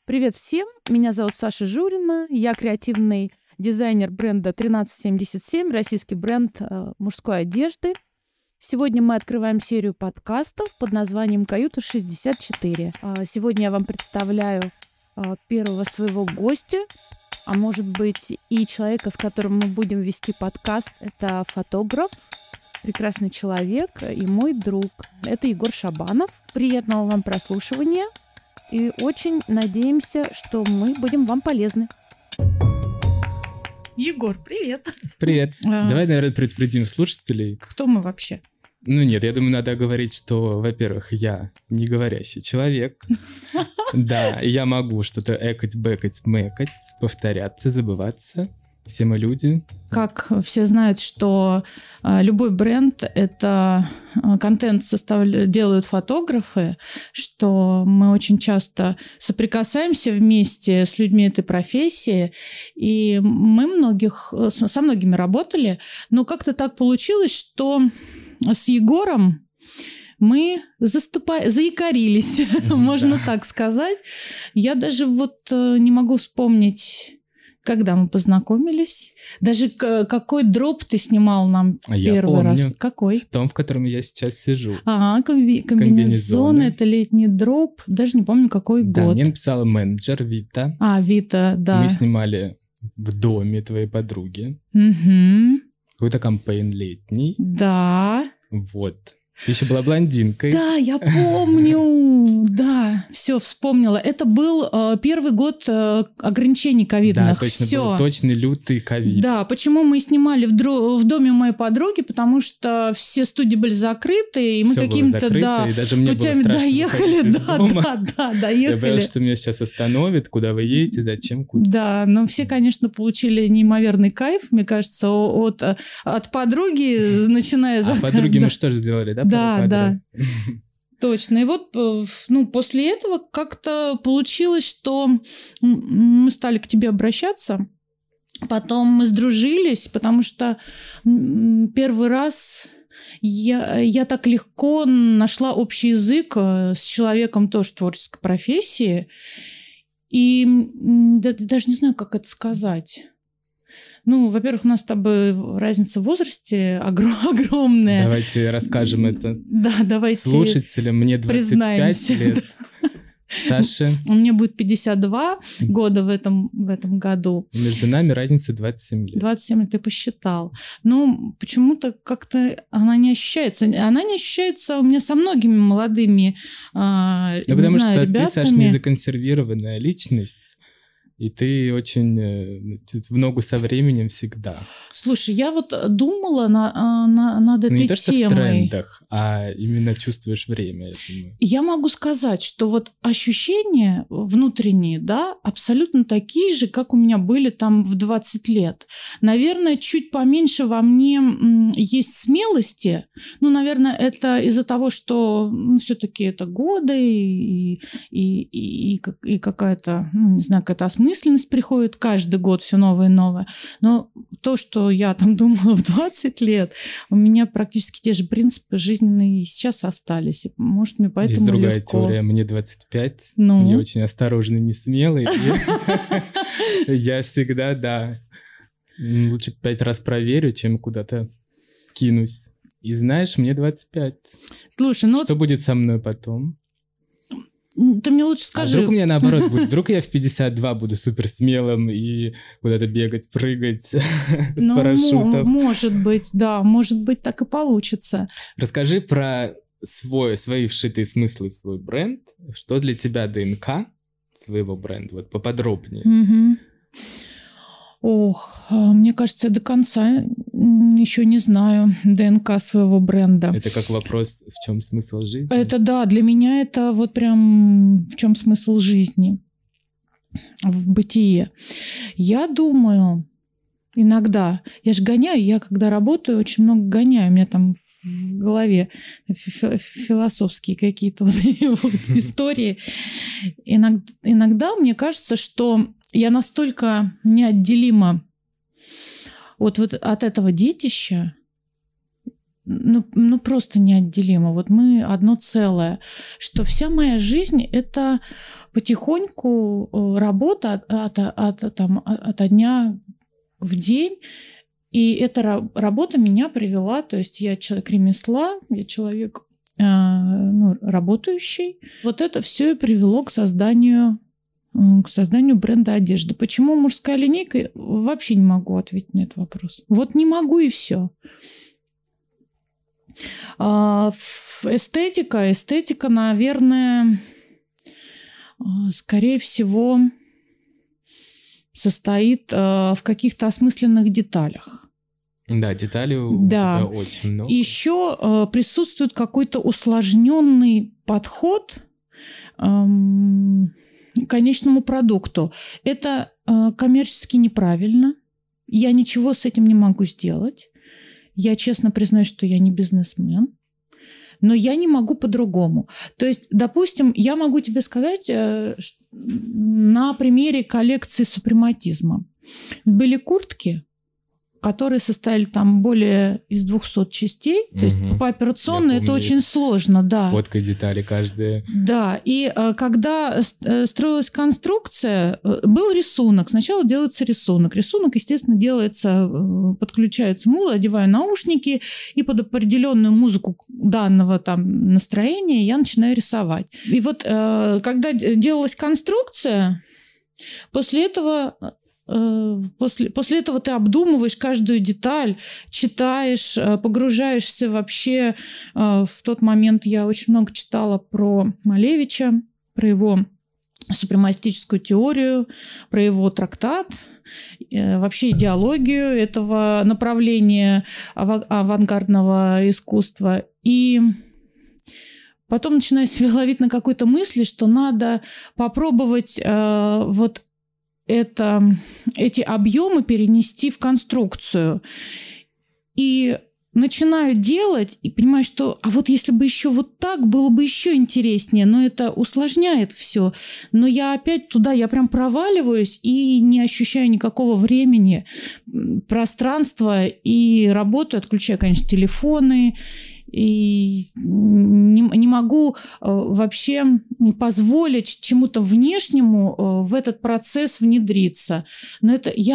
Привет всем, меня зовут Саша Журина, я креативный дизайнер бренда 1377, российский бренд мужской одежды. Сегодня мы открываем серию подкастов под названием «Каюта 64». Сегодня я вам представляю первого своего гостя, а может быть и человека, с которым мы будем вести подкаст. Это фотограф, прекрасный человек и мой друг. Это Егор Шабанов. Приятного вам прослушивания. И очень надеемся, что мы будем вам полезны. Егор, привет. Привет. Давай, наверное, предупредим слушателей. Кто мы вообще? Нет, я думаю, надо говорить, что, во-первых, я не говорящий человек. Да, я могу что-то экать, бэкать, мэкать, повторяться, забываться. Все мы люди. Как все знают, что любой бренд — это контент делают фотографы, что мы очень часто соприкасаемся вместе с людьми этой профессии, и мы со многими работали, но как-то так получилось, что с Егором мы заикарились, можно так сказать. Я даже не могу вспомнить, когда мы познакомились. Даже какой дроп ты снимал нам первый раз? Какой? В том, в котором я сейчас сижу. Комбинезон, это летний дроп. Даже не помню, какой год. Да, мне написала менеджер Вита. Вита, да. Мы снимали в доме твоей подруги. Угу. Какой-то кампейн летний. Да. Вот. Ты еще была блондинкой. Да, я помню. Да, все, вспомнила. Это был первый год ограничений ковидных. Да, точно, был точный лютый ковид. Да, почему мы снимали в доме у моей подруги? Потому что все студии были закрыты, и мы какими-то путями доехали. Да, доехали. Я боялась, что меня сейчас остановят, куда вы едете, зачем, куда. Да, но все, конечно, получили неимоверный кайф, мне кажется, от подруги, начиная за... А подруги мы что же сделали, да? Да. Точно. И после этого как-то получилось, что мы стали к тебе обращаться. Потом мы сдружились, потому что первый раз я так легко нашла общий язык с человеком тоже творческой профессии. И даже не знаю, как это сказать. Во-первых, у нас с тобой разница в возрасте огромная. Давайте расскажем это давайте слушателям. Мне 25 лет. Саше? Мне будет 52 года в этом году. Между нами разница 27 лет. 27 лет, ты посчитал. Почему-то как-то она не ощущается. Она не ощущается у меня со многими молодыми потому что ребятами. Ты, Саша, не законсервированная личность. И ты очень в ногу со временем всегда. Слушай, я думала над этой темой. Не то, что в трендах, а именно чувствуешь время. Я могу сказать, что ощущения внутренние, абсолютно такие же, как у меня были там в 20 лет. Наверное, чуть поменьше во мне есть смелости. Наверное, это из-за того, что все-таки это годы и какая-то, не знаю, какая-то осмысленность приходит каждый год все новое и новое. Но то, что я там думала в 20 лет, у меня практически те же принципы жизненные сейчас остались. Может, мне поэтому есть другая легко. Теория. Мне 25. Я очень осторожный, не смелый. Я всегда, лучше 5 раз проверю, чем куда-то кинусь. И знаешь, мне 25. Слушай, что будет со мной потом? Ты мне лучше скажи. А вдруг у меня наоборот будет? Вдруг я в 52 буду супер смелым и куда-то бегать, прыгать с парашютом? Может быть, да. Может быть, так и получится. Расскажи про свои вшитые смыслы в свой бренд. Что для тебя ДНК своего бренда? Поподробнее. Мне кажется, я до конца еще не знаю ДНК своего бренда. Это как вопрос, в чем смысл жизни? Это да, для меня это прям в чем смысл жизни, в бытие. Я думаю, иногда, я же гоняю, я когда работаю, очень много гоняю, у меня там в голове философские какие-то истории. Иногда мне кажется, что я настолько неотделима от этого детища, просто неотделимо. Вот мы одно целое. Что вся моя жизнь – это потихоньку работа от дня в день. И эта работа меня привела, то есть я человек ремесла, я человек работающий. Вот это все и привело к созданию бренда одежды. Почему мужская линейка? Вообще не могу ответить на этот вопрос. Вот не могу и все. Эстетика, наверное, скорее всего, состоит в каких-то осмысленных деталях. Да, деталей у тебя очень много. Еще присутствует какой-то усложненный подход к конечному продукту. Это коммерчески неправильно. Я ничего с этим не могу сделать. Я честно признаюсь, что я не бизнесмен. Но я не могу по-другому. То есть, допустим, я могу тебе сказать на примере коллекции супрематизма. Были куртки, которые состояли там более из 200 частей. То есть по операционной это очень сложно. Да. Сфоткать детали каждая. Да, и когда строилась конструкция, был рисунок. Сначала делается рисунок. Рисунок, естественно, делается, подключается музыка, одеваю наушники, и под определенную музыку данного там настроения я начинаю рисовать. И вот когда делалась конструкция, после этого ты обдумываешь каждую деталь, читаешь, погружаешься вообще. В тот момент я очень много читала про Малевича, про его супрематическую теорию, про его трактат, вообще идеологию этого направления авангардного искусства. И потом начинаю себя ловить на какой-то мысли, что надо попробовать эти объемы перенести в конструкцию. И начинаю делать, и понимаю, что а вот если бы еще вот так, было бы еще интереснее. Но это усложняет все. Но я опять туда, я прям проваливаюсь и не ощущаю никакого времени, пространства, и работаю, отключаю, конечно, телефоны. И не могу вообще позволить чему-то внешнему в этот процесс внедриться. Но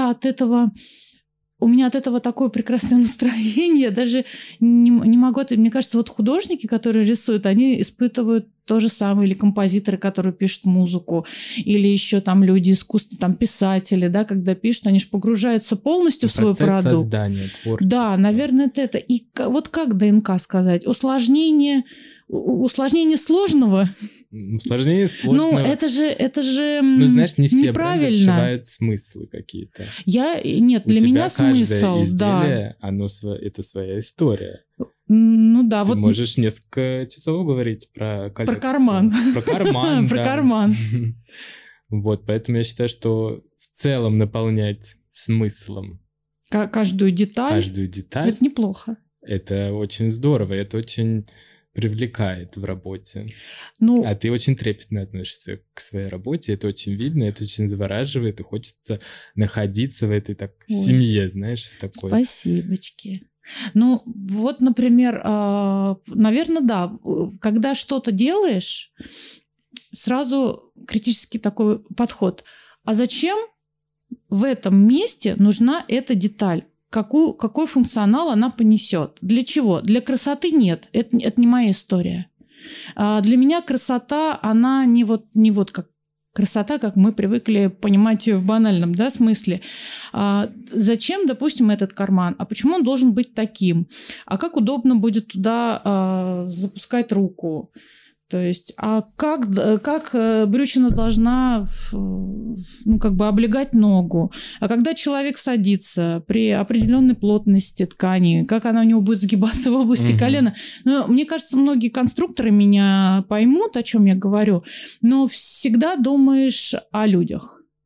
у меня от этого такое прекрасное настроение. Даже не могу... Мне кажется, вот художники, которые рисуют, они испытывают то же самое. Или композиторы, которые пишут музыку. Или еще там люди искусства, там писатели, да, когда пишут, они же погружаются полностью в свой продукт. Процесс создания, творчества. Да, наверное, это. И вот как ДНК сказать? Усложнение сложного. Усложнение сложного. Ну, это же знаешь, не все неправильно. бренды вшивают смыслы какие-то. Нет, для меня смысл, изделие, это своя история. Ну да, Ты можешь несколько часов говорить про коллекцию. Про карман. Про карман, Про карман. Вот, поэтому я считаю, что в целом наполнять смыслом каждую деталь. Это неплохо. Это очень здорово, это очень привлекает в работе. А ты очень трепетно относишься к своей работе, это очень видно, это очень завораживает, и хочется находиться в этой семье, знаешь, в такой. Спасибочки. Ну, вот, например, наверное, да, когда что-то делаешь, сразу критический такой подход. А зачем в этом месте нужна эта деталь? Какой функционал она понесет? Для чего? Для красоты нет. Это не моя история. Для меня красота, она не вот как красота, как мы привыкли понимать ее в банальном, да, смысле. Зачем, допустим, этот карман? А почему он должен быть таким? А как удобно будет туда запускать руку? То есть, а как брючина должна облегать ногу? А когда человек садится при определенной плотности ткани, как она у него будет сгибаться в области колена? Ну, мне кажется, многие конструкторы меня поймут, о чем я говорю, но всегда думаешь о людях.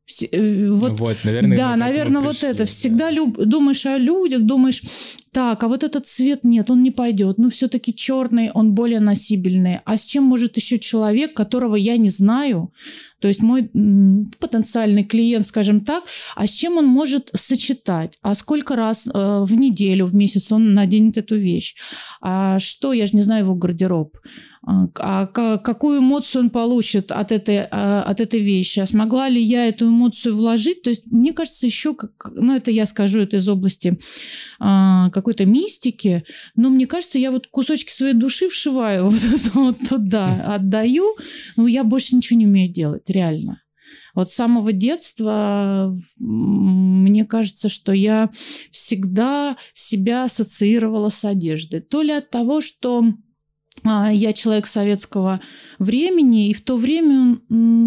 Вот, наверное, да, наверное, вот это. Всегда думаешь о людях, думаешь, так, а вот этот цвет нет, он не пойдет. Но все-таки черный, он более носибельный. А с чем может еще человек, которого я не знаю, то есть мой потенциальный клиент, скажем так, а с чем он может сочетать? А сколько раз в неделю, в месяц он наденет эту вещь? А что, я же не знаю его гардероб. А какую эмоцию он получит от этой вещи? А смогла ли я эту эмоцию вложить? То есть, мне кажется, еще, это я скажу, это из области какой-то мистики, но мне кажется, я вот кусочки своей души вшиваю вот туда, отдаю, но я больше ничего не умею делать, реально. Вот с самого детства мне кажется, что я всегда себя ассоциировала с одеждой. То ли от того, что я человек советского времени, и в то время,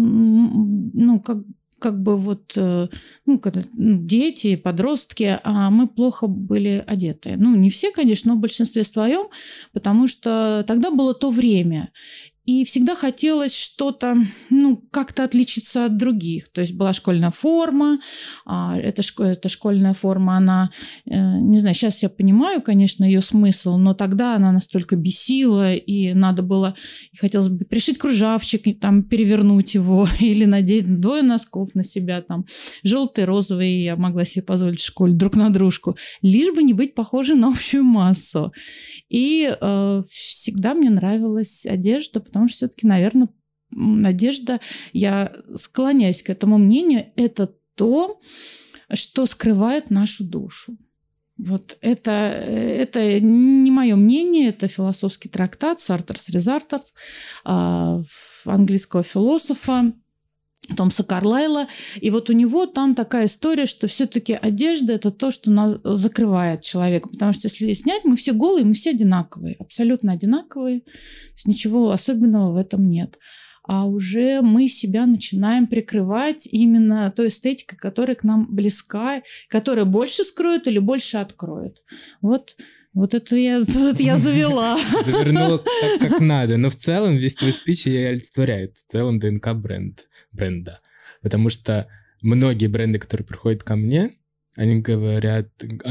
когда дети, подростки, а мы плохо были одеты. Не все, конечно, но в большинстве своем, потому что тогда было то время. И всегда хотелось что-то, как-то отличиться от других. То есть была школьная форма. Эта школьная форма, она, не знаю, сейчас я понимаю, конечно, ее смысл, но тогда она настолько бесила, и надо было, и хотелось бы пришить кружавчик, и там перевернуть его, или надеть 2 носков на себя, там, желтый, розовый, я могла себе позволить в школе друг на дружку, лишь бы не быть похожей на общую массу. И всегда мне нравилась одежда, потому что все-таки, наверное, одежда, я склоняюсь к этому мнению, это то, что скрывает нашу душу. Вот это не мое мнение, это философский трактат Sartre's Resartus, английского философа Томаса Карлайла. И вот у него там такая история, что все-таки одежда – это то, что нас закрывает человека. Потому что если снять, мы все голые, мы все одинаковые, абсолютно одинаковые. То есть ничего особенного в этом нет. А уже мы себя начинаем прикрывать именно той эстетикой, которая к нам близка, которая больше скроет или больше откроет. Вот это я завела. Завернула так, как надо. Но в целом весь твой спич и олицетворяет в целом ДНК бренда. Потому что многие бренды, которые приходят ко мне, они говорят...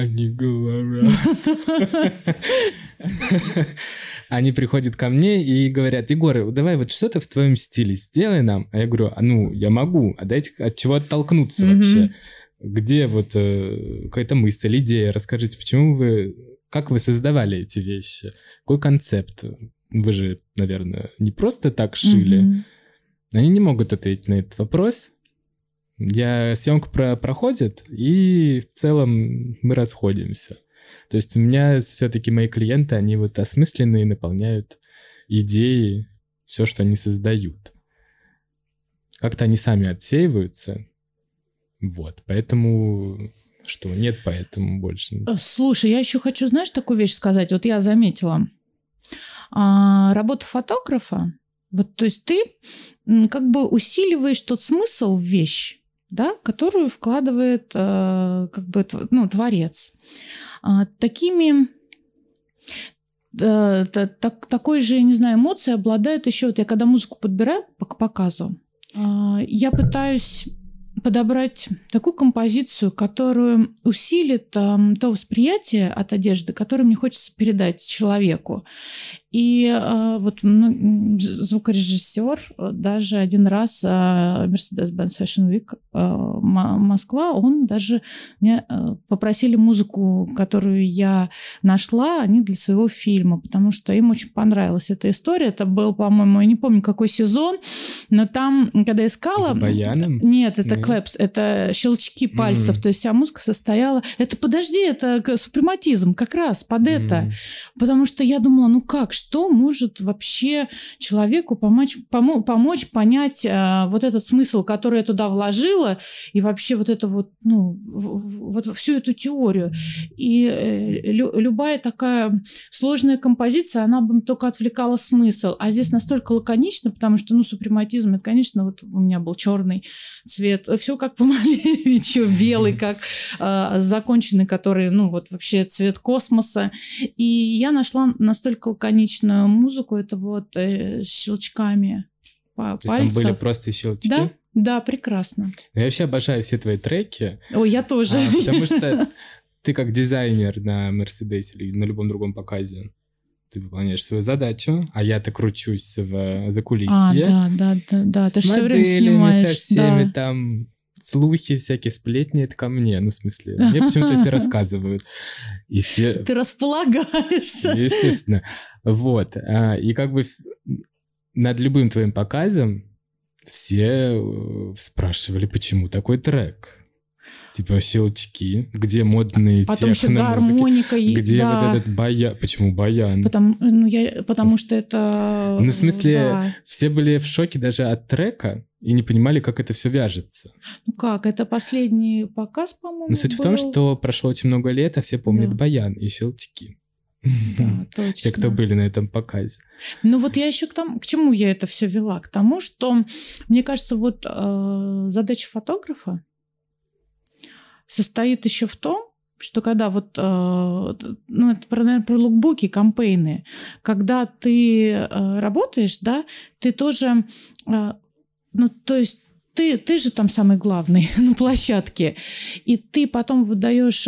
Они приходят ко мне и говорят: Егор, давай вот что-то в твоем стиле сделай нам. А я говорю: я могу, а дайте от чего оттолкнуться вообще? Где вот какая-то мысль, идея? Расскажите, как вы создавали эти вещи? Какой концепт? Вы же, наверное, не просто так шили. Они не могут ответить на этот вопрос. Съемка проходит, и в целом мы расходимся. То есть у меня все-таки мои клиенты, они вот осмысленные, наполняют идеи, все, что они создают. Как-то они сами отсеиваются. Вот, поэтому... Что, нет, поэтому больше... Слушай, я еще хочу, знаешь, такую вещь сказать. Вот я заметила. Работа фотографа, вот, то есть ты как бы усиливаешь тот смысл в вещь, да, которую вкладывает творец. Такой же, не знаю, эмоции обладают еще... Вот я когда музыку подбираю к показу, я пытаюсь подобрать такую композицию, которую усилит то восприятие от одежды, которое мне хочется передать человеку. И звукорежиссер даже один раз Mercedes-Benz Fashion Week Москва, он даже мне попросили музыку, которую я нашла, они для своего фильма, потому что им очень понравилась эта история. Это был, по-моему, я не помню, какой сезон, но там, когда искала... С баяном? Нет, это клэпс, это щелчки пальцев, то есть вся музыка состояла... Это супрематизм как раз под это. Потому что я думала, что может вообще человеку помочь понять вот этот смысл, который я туда вложила, и вообще вот это вот всю эту теорию. И любая такая сложная композиция, она бы только отвлекала смысл. А здесь настолько лаконично, потому что, супрематизм, это, конечно, вот у меня был черный цвет. Все как по Малевичу, белый, как законченный, который, вообще цвет космоса. И я нашла настолько лаконичную музыку, это вот щелчками пальцев. То есть там были просто щелчки? Да. Да, прекрасно. Я вообще обожаю все твои треки. Ой, я тоже. Потому что ты как дизайнер на Мерседесе или на любом другом показе, ты выполняешь свою задачу, а я-то кручусь в закулисье. Да. Ты все время снимаешь. Со всеми там слухи, всякие сплетни, это ко мне. Ну, в смысле, мне почему-то все рассказывают. И все... Ты располагаешь. Естественно. Вот. И как бы над любым твоим показом все спрашивали, почему такой трек. Типа щелчки, где модные потом техно-музыки, где вот этот баян. Почему баян? Потому что это... Ну, в смысле, все были в шоке даже от трека и не понимали, как это все вяжется. Ну как, это последний показ, по-моему, Но суть в том, что прошло очень много лет, а все помнят баян и щелчки. Да, точно. Те, кто были на этом показе. Ну вот я еще к чему я это все вела? К тому, что, мне кажется, вот задача фотографа состоит еще в том, что когда вот, это, наверное, про лукбуки, кампейны, когда ты работаешь, да, ты тоже, то есть ты же там самый главный на площадке, и ты потом выдаешь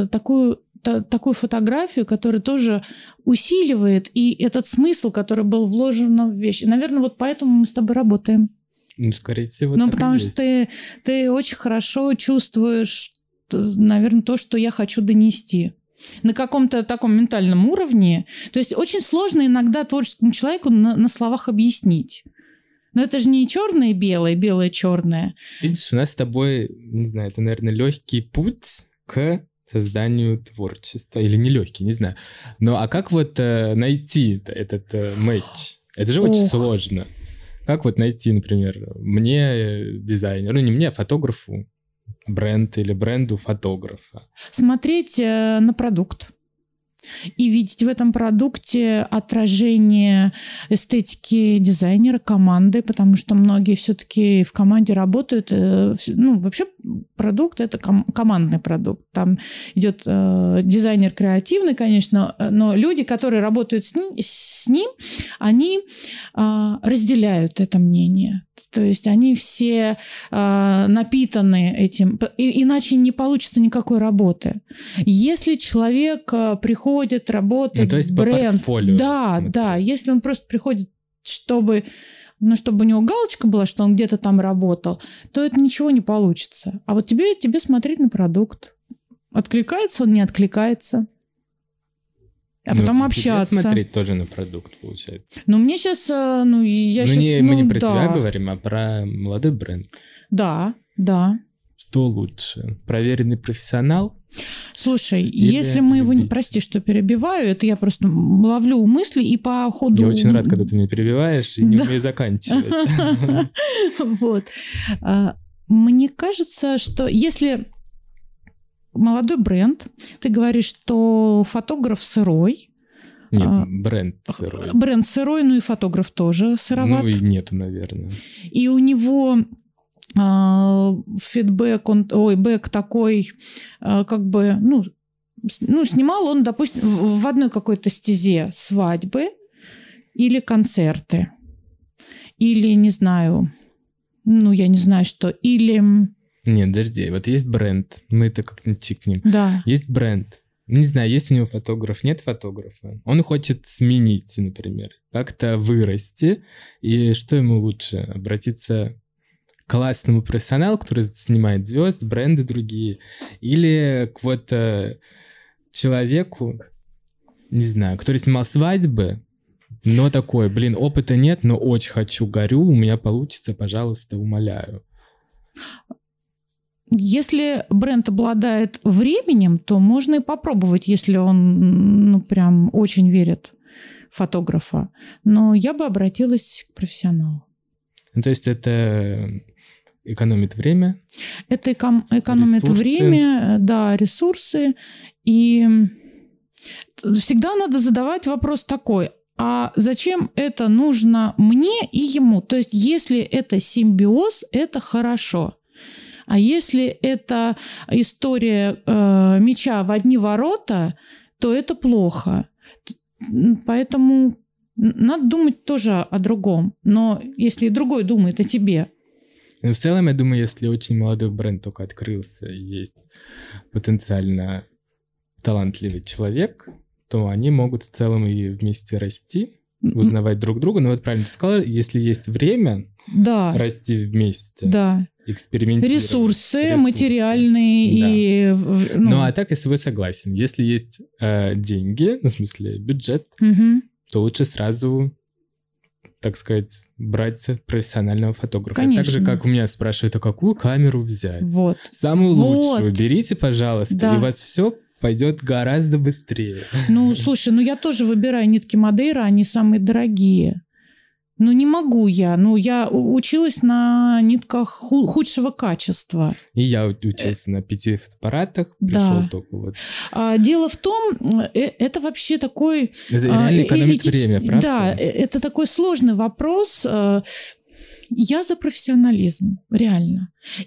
такую фотографию, которая тоже усиливает и этот смысл, который был вложен в вещь. Наверное, вот поэтому мы с тобой работаем. Ну, скорее всего, так потому что ты очень хорошо чувствуешь, наверное, то, что я хочу донести. На каком-то таком ментальном уровне. То есть очень сложно иногда творческому человеку на словах объяснить. Но это же не черное и белое, белое и черное. Видишь, у нас с тобой, не знаю, это, наверное, легкий путь к созданию творчества. Или нелегкий, не знаю. Ну, а как вот найти этот матч? Это же очень сложно. Как вот найти, например, мне, дизайнеру, не мне, а фотографу, бренд или бренду фотографа? Смотреть на продукт и видеть в этом продукте отражение эстетики дизайнера, команды, потому что многие все-таки в команде работают. Вообще продукт – это командный продукт. Там идет дизайнер креативный, конечно, но люди, которые работают с ним, они разделяют это мнение. То есть они все напитаны этим, иначе не получится никакой работы. Если человек приходит работать то есть в бренд, по портфолио, да, если он просто приходит, чтобы у него галочка была, что он где-то там работал, то это ничего не получится. А вот тебе смотреть на продукт. Откликается он, не откликается. А потом общаться. Смотреть тоже на продукт, получается. Ну, мне сейчас... мы не про тебя говорим, а про молодой бренд. Да. Что лучше? Проверенный профессионал? Слушай, если мы его... Прости, что перебиваю, это я просто ловлю мысли и по ходу... Я очень рад, когда ты меня перебиваешь и не умею заканчивать. Вот. Мне кажется, что если... Молодой бренд. Ты говоришь, что фотограф сырой. Нет, бренд сырой. Бренд сырой, и фотограф тоже сыроват. И нету, наверное. И у него фидбэк, бэк такой, снимал он, допустим, в одной какой-то стезе свадьбы или концерты. Или, не знаю, я не знаю что, или... Нет, подожди, вот есть бренд, мы это как-нибудь чикнем. Да. Есть бренд. Не знаю, есть у него фотограф, нет фотографа. Он хочет сменить, например, как-то вырасти. И что ему лучше? Обратиться к классному профессионалу, который снимает звезд, бренды другие. Или к человеку, не знаю, который снимал свадьбы, но такой, опыта нет, но очень хочу, горю, у меня получится, пожалуйста, умоляю. Если бренд обладает временем, то можно и попробовать, если он прям очень верит в фотографа. Но я бы обратилась к профессионалу. То есть это экономит время? Это экономит время, да, ресурсы. И всегда надо задавать вопрос такой: а зачем это нужно мне и ему? То есть если это симбиоз, это хорошо. А если это история мяча в одни ворота, то это плохо. Поэтому надо думать тоже о другом. Но если другой думает о тебе... В целом, я думаю, если очень молодой бренд только открылся, и есть потенциально талантливый человек, то они могут в целом и вместе расти, узнавать друг друга. Но вот правильно ты сказала, если есть время расти вместе, экспериментировать. Ресурсы материальные. И, ну, а так я с тобой согласен. Если есть деньги, ну, в смысле бюджет, то лучше сразу, так сказать, брать профессионального фотографа. Конечно. Так же, как у меня спрашивают, а какую камеру взять? Вот. Самую лучшую берите, пожалуйста, и у вас все пойдет гораздо быстрее. Ну, слушай, я тоже выбираю нитки Мадейра, они самые дорогие. Ну, не могу я. Ну, я училась на нитках худшего качества. И я учился на 5 фотоаппаратах, пришел только вот. Дело в том, это вообще такой... Это реально экономит время, правда? Да, это такой сложный вопрос. Я за профессионализм, реально.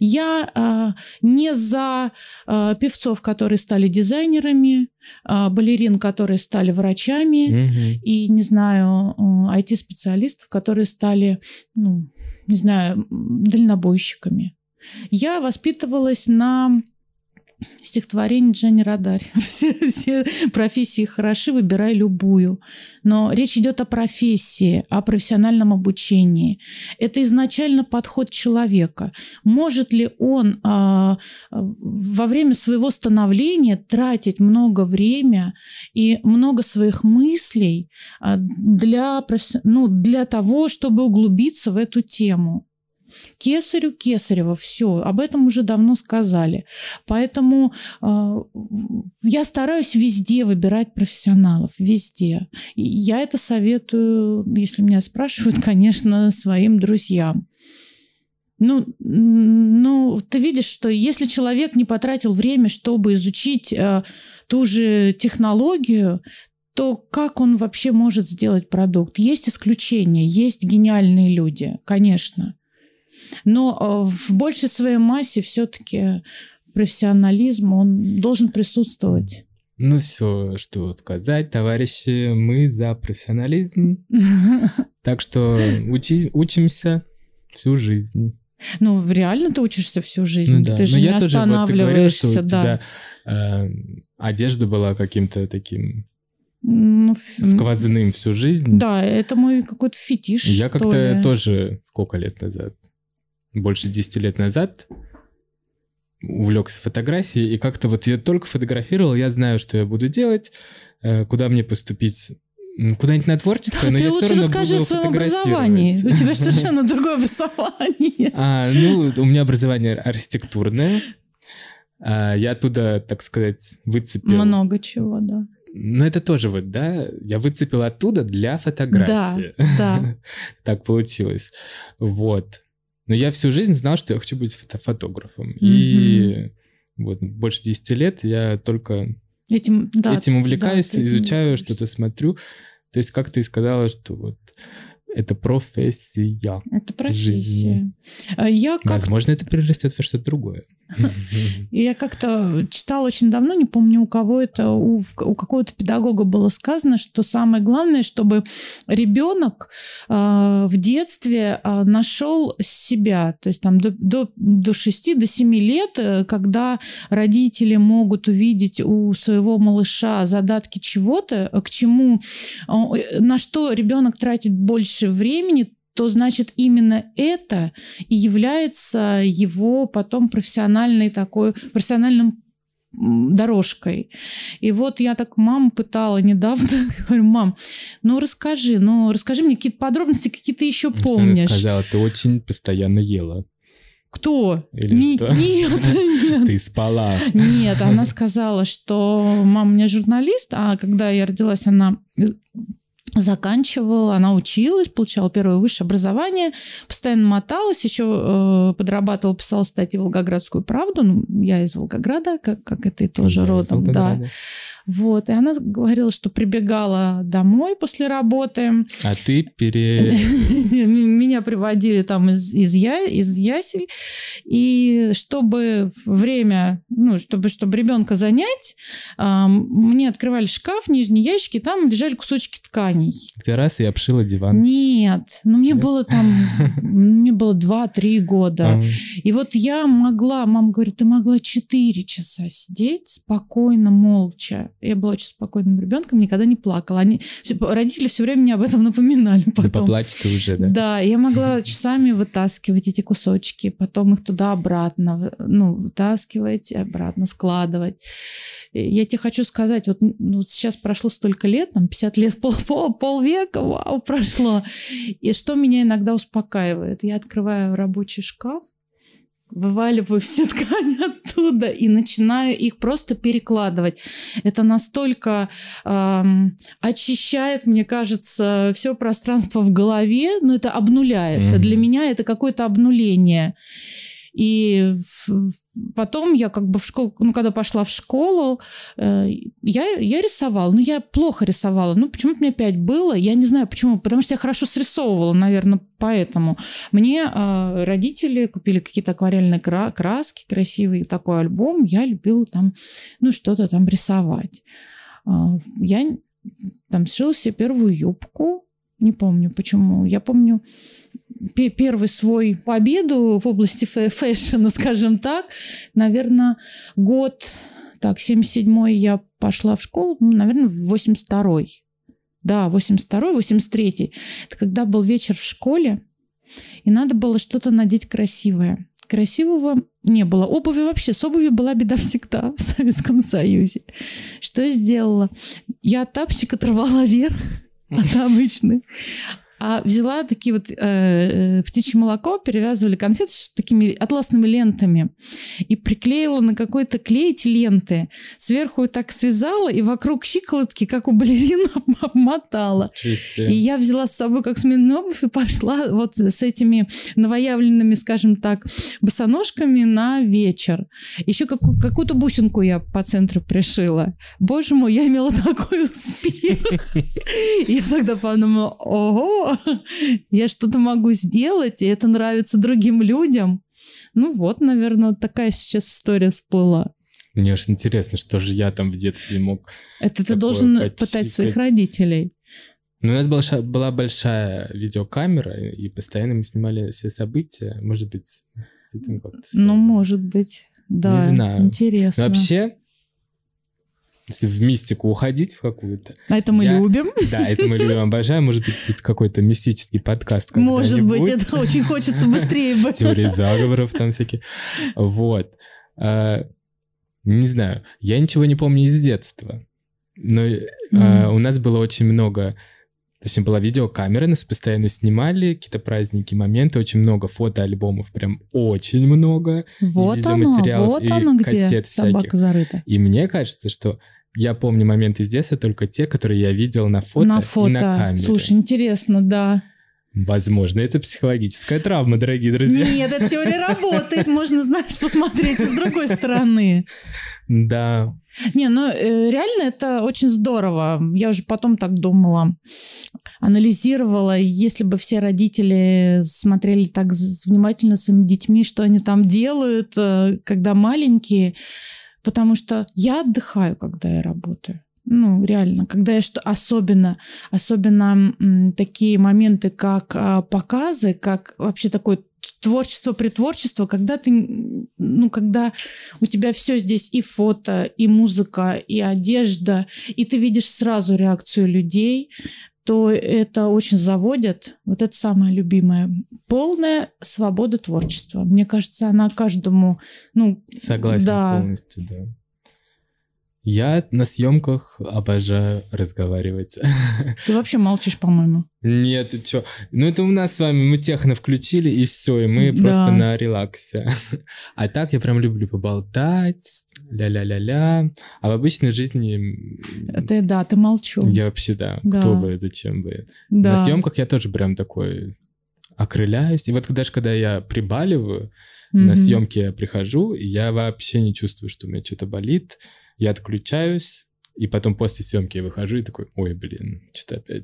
Я не за певцов, которые стали дизайнерами, балерин, которые стали врачами, и, не знаю, IT-специалистов, которые стали, ну, не знаю, дальнобойщиками. Я воспитывалась на стихотворение Джани Родарь. Все профессии хороши, выбирай любую. Но речь идет о профессии, о профессиональном обучении. Это изначально подход человека. Может ли он во время своего становления тратить много времени и много своих мыслей для того, чтобы углубиться в эту тему? Кесарю кесарево, все, об этом уже давно сказали. Поэтому я стараюсь везде выбирать профессионалов, везде. И я это советую, если меня спрашивают, конечно, своим друзьям. Ну, ты видишь, что если человек не потратил время, чтобы изучить ту же технологию, то как он вообще может сделать продукт? Есть исключения, есть гениальные люди, конечно. Но в большей своей массе все-таки профессионализм, он должен присутствовать. Ну все, что сказать, товарищи, мы за профессионализм. Так что учимся всю жизнь. Ну, реально ты учишься всю жизнь? Ну, да. Ты же не останавливаешься. Ты говорила, что у тебя одежда была каким-то таким... сквозным всю жизнь. Да, это мой какой-то фетиш. Я как-то тоже сколько лет назад, больше 10 лет назад, увлекся фотографией, и как-то вот я только фотографировал, я знаю, что я буду делать, куда мне поступить, куда-нибудь на творческое, но я все равно буду фотографировать. Ты лучше расскажи о своем образовании. У тебя совершенно другое образование. У меня образование архитектурное. Я оттуда, так сказать, выцепил... Много чего, да. Но это тоже вот, да, я выцепил оттуда для фотографии. Да. Так получилось. Вот. Но я всю жизнь знал, что я хочу быть фотографом. И вот больше 10 лет я только этим увлекаюсь, изучаю, что-то смотрю. То есть, как ты сказала, что вот это профессия. Это профессия. Возможно, это перерастет во что-то другое. Я как-то читала очень давно, не помню у кого это, у какого-то педагога было сказано, что самое главное, чтобы ребенок в детстве нашел себя. То есть там до 6, до 7 лет, когда родители могут увидеть у своего малыша задатки чего-то, к чему, на что ребенок тратит больше времени, то значит именно это и является его потом профессиональной профессиональным дорожкой. И вот я так маму пытала недавно, говорю, мам, расскажи мне какие-то подробности, какие ты еще помнишь. Она сказала, ты очень постоянно ела. Кто? Или что? Нет. Ты спала. Нет, она сказала, что мама у меня журналист, а когда я родилась, она заканчивала, она училась, получала первое высшее образование, постоянно моталась, еще подрабатывала, писала статьи в «Волгоградскую правду». Я из Волгограда, как это и тоже родом. Да. Вот. И она говорила, что прибегала домой после работы. А ты меня приводили там из ясель, и чтобы время, чтобы ребенка занять, мне открывали шкаф, нижние ящики, там лежали кусочки тканей. Ты раз и обшила диван? Нет, мне было 2-3 года. И вот мама говорит, ты могла 4 часа сидеть спокойно, молча. Я была очень спокойным ребенком, никогда не плакала. Родители все время мне об этом напоминали потом. Да поплачь-то уже, да? Да, я могла часами вытаскивать эти кусочки, потом их туда-обратно, вытаскивать, обратно складывать. Я тебе хочу сказать, вот сейчас прошло столько лет, 50 лет, полвека, вау, прошло. И что меня иногда успокаивает? Я открываю рабочий шкаф, вываливаю все ткани оттуда и начинаю их просто перекладывать. Это настолько очищает, мне кажется, все пространство в голове, но это обнуляет. Mm-hmm. Для меня это какое-то обнуление. И потом я как бы в школу, когда пошла в школу, я рисовала. Но я плохо рисовала. Почему-то мне 5 было. Я не знаю, почему. Потому что я хорошо срисовывала, наверное, поэтому. Мне родители купили какие-то акварельные краски красивые, такой альбом. Я любила там, что-то там рисовать. Я там сшила себе первую юбку. Не помню, почему. Я помню первый свой победу в области фэшна, скажем так, наверное, год, 77-й я пошла в школу, наверное, в 82-й. Да, 82-й, 83-й. Это когда был вечер в школе, и надо было что-то надеть красивое. Красивого не было. Обуви вообще, с обувью была беда всегда в Советском Союзе. Что я сделала? Я от тапочек оторвала верх от обычных. А взяла такие вот птичье молоко, перевязывали конфеты с такими атласными лентами и приклеила на какой-то клей эти ленты. Сверху так связала и вокруг щиколотки, как у балерин, обмотала. И я взяла с собой как сменную обувь и пошла вот с этими новоявленными, скажем так, босоножками на вечер. Еще какую-то бусинку я по центру пришила. Боже мой, я имела такой успех. Я тогда подумала, ого, я что-то могу сделать, и это нравится другим людям. Наверное, вот такая сейчас история всплыла. Мне очень интересно, что же я там в детстве мог... Это ты должен пытать своих родителей. У нас была большая видеокамера, и постоянно мы снимали все события. Может быть, с этим как-то... может быть, да. Не знаю. Интересно. Но вообще... Если в мистику уходить в какую-то... А это мы любим. Да, это мы любим, обожаем. Может быть, будет какой-то мистический подкаст. Может быть, это очень хочется быстрее быть. Теории заговоров там всякие. Вот. Не знаю, я ничего не помню из детства. Но у нас было очень много... Точнее, была видеокамера, нас постоянно снимали, какие-то праздники, моменты, очень много фотоальбомов, прям очень много. Вот оно, где собака зарыта. И мне кажется, что я помню моменты из детства только те, которые я видел на фото и на камере. Слушай, интересно, да. Возможно, это психологическая травма, дорогие друзья. Нет, эта теория работает, можно, знаешь, посмотреть с другой стороны. Да. Реально это очень здорово. Я уже потом так думала, анализировала, если бы все родители смотрели так внимательно своими детьми, что они там делают, когда маленькие, потому что я отдыхаю, когда я работаю. Реально, когда я особенно такие моменты, как показы, как вообще такое творчество, когда ты, когда у тебя все здесь и фото, и музыка, и одежда, и ты видишь сразу реакцию людей, то это очень заводит. Вот это самое любимое. Полная свобода творчества. Мне кажется, она каждому... Согласен полностью, да. Я на съемках обожаю разговаривать. Ты вообще молчишь, по-моему. Нет, ты чё? Это у нас с вами, мы техно включили, и все, и мы просто на релаксе. А так я прям люблю поболтать, ля-ля-ля-ля. А в обычной жизни... Ты молчу. Я вообще, кто бы, зачем бы. На съемках я тоже прям такой окрыляюсь. И вот даже когда я прибаливаю, на съемки я прихожу, и я вообще не чувствую, что у меня что-то болит. Я отключаюсь, и потом после съемки я выхожу и такой, ой, блин, что-то опять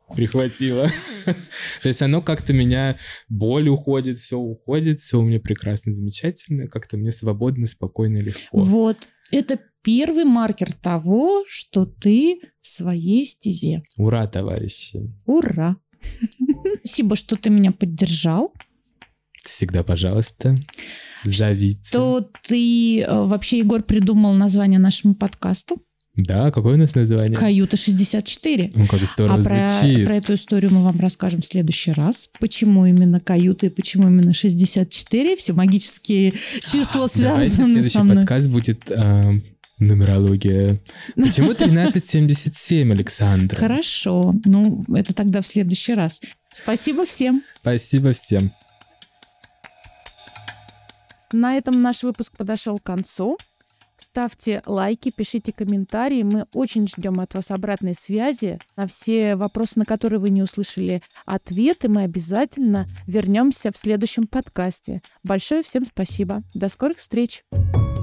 прихватило. То есть оно как-то меня... Боль уходит, все у меня прекрасно, замечательно. Как-то мне свободно, спокойно, легко. Вот. Это первый маркер того, что ты в своей стезе. Ура, товарищи. Ура. Спасибо, что ты меня поддержал. Всегда, пожалуйста, зовите. Что ты вообще, Егор, придумал название нашему подкасту? Да, какое у нас название? «Каюта 64». Ну, как здорово звучит. Про эту историю мы вам расскажем в следующий раз. Почему именно каюта и почему именно 64. Все магические числа связаны со мной. Следующий подкаст будет нумерология. Почему 1377, Александр? Хорошо. Ну, это тогда в следующий раз. Спасибо всем. Спасибо всем. На этом наш выпуск подошел к концу. Ставьте лайки, пишите комментарии. Мы очень ждем от вас обратной связи. На все вопросы, на которые вы не услышали ответы, мы обязательно вернемся в следующем подкасте. Большое всем спасибо. До скорых встреч!